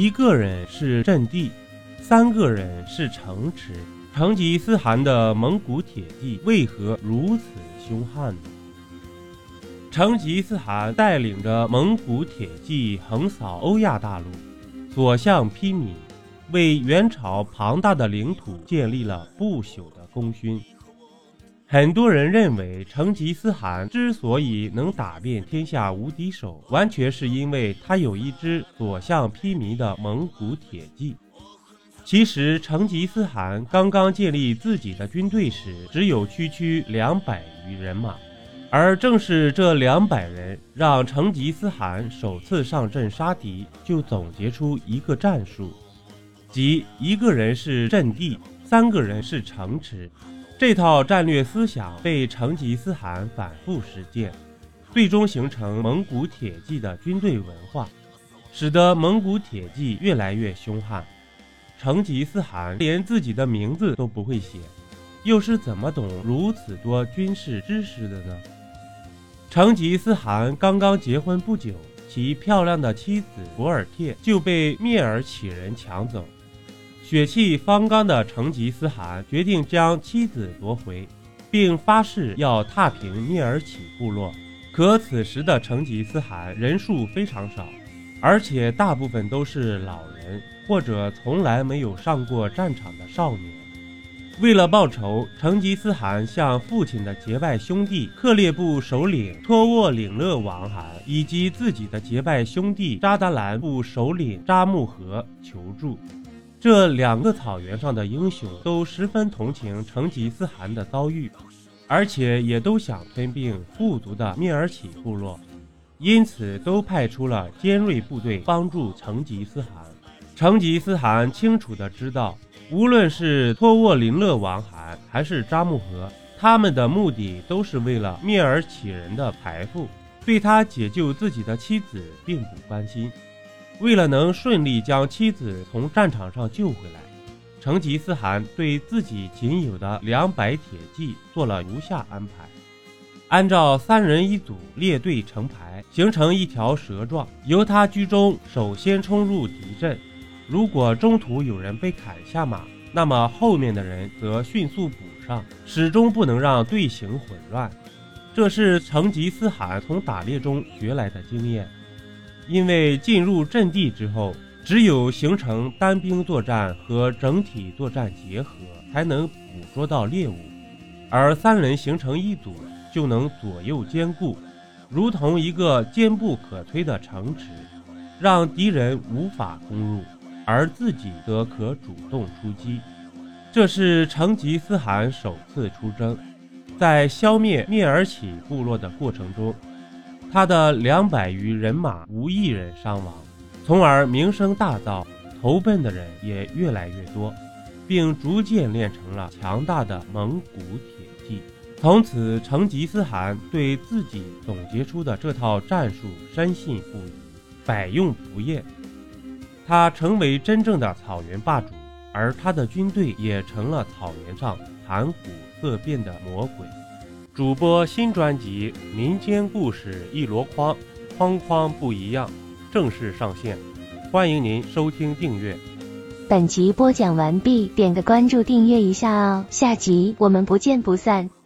1个人是阵地，3个人是城池。成吉思汗的蒙古铁骑为何如此凶悍呢？成吉思汗带领着蒙古铁骑横扫欧亚大陆，所向披靡，为元朝庞大的领土建立了不朽的功勋。很多人认为成吉思汗之所以能打遍天下无敌手，完全是因为他有一支所向披靡的蒙古铁骑。其实成吉思汗刚刚建立自己的军队时，只有区200余人马，而正是这200人让成吉思汗首次上阵杀敌，就总结出一个战术，即1个人是阵地，3个人是城池。这套战略思想被成吉思汗反复实践，最终形成蒙古铁骑的军队文化，使得蒙古铁骑越来越凶悍。成吉思汗连自己的名字都不会写，又是怎么懂如此多军事知识的呢？成吉思汗刚刚结婚不久，其漂亮的妻子博尔帖就被蔑尔乞人抢走。血气方刚的成吉思汗决定将妻子夺回，并发誓要踏平蔑尔乞部落。可此时的成吉思汗人数非常少，而且大部分都是老人或者从来没有上过战场的少年。为了报仇，成吉思汗向父亲的结拜兄弟克烈部首领托沃领勒王汗以及自己的结拜兄弟扎达兰部首领扎木合求助。这2个草原上的英雄都十分同情成吉思汗的遭遇，而且也都想吞并富足的蔑尔乞部落，因此都派出了尖锐部队帮助成吉思汗。成吉思汗清楚地知道，无论是托沃林勒王汗还是扎木合，他们的目的都是为了蔑尔乞人的财富，对他解救自己的妻子并不关心。为了能顺利将妻子从战场上救回来，成吉思汗对自己仅有的200铁骑做了如下安排：按照3人1组列队成排，形成一条蛇状，由他居中首先冲入敌阵。如果中途有人被砍下马，那么后面的人则迅速补上，始终不能让队形混乱。这是成吉思汗从打猎中学来的经验。因为进入阵地之后，只有形成单兵作战和整体作战结合，才能捕捉到猎物，而3人形成1组，就能左右兼顾，如同一个坚不可摧的城池，让敌人无法攻入，而自己则可主动出击。这是成吉思汗首次出征，在消灭蔑尔乞部落的过程中，他的200余人马无1人伤亡，从而名声大噪，投奔的人也越来越多，并逐渐练成了强大的蒙古铁骑。从此，成吉思汗对自己总结出的这套战术深信不疑，百用不厌。他成为真正的草原霸主，而他的军队也成了草原上谈虎色变的魔鬼。主播新专辑《民间故事一箩筐》，筐筐不一样，正式上线，欢迎您收听订阅。 本集播讲完毕，点个关注订阅一下哦，下集我们不见不散。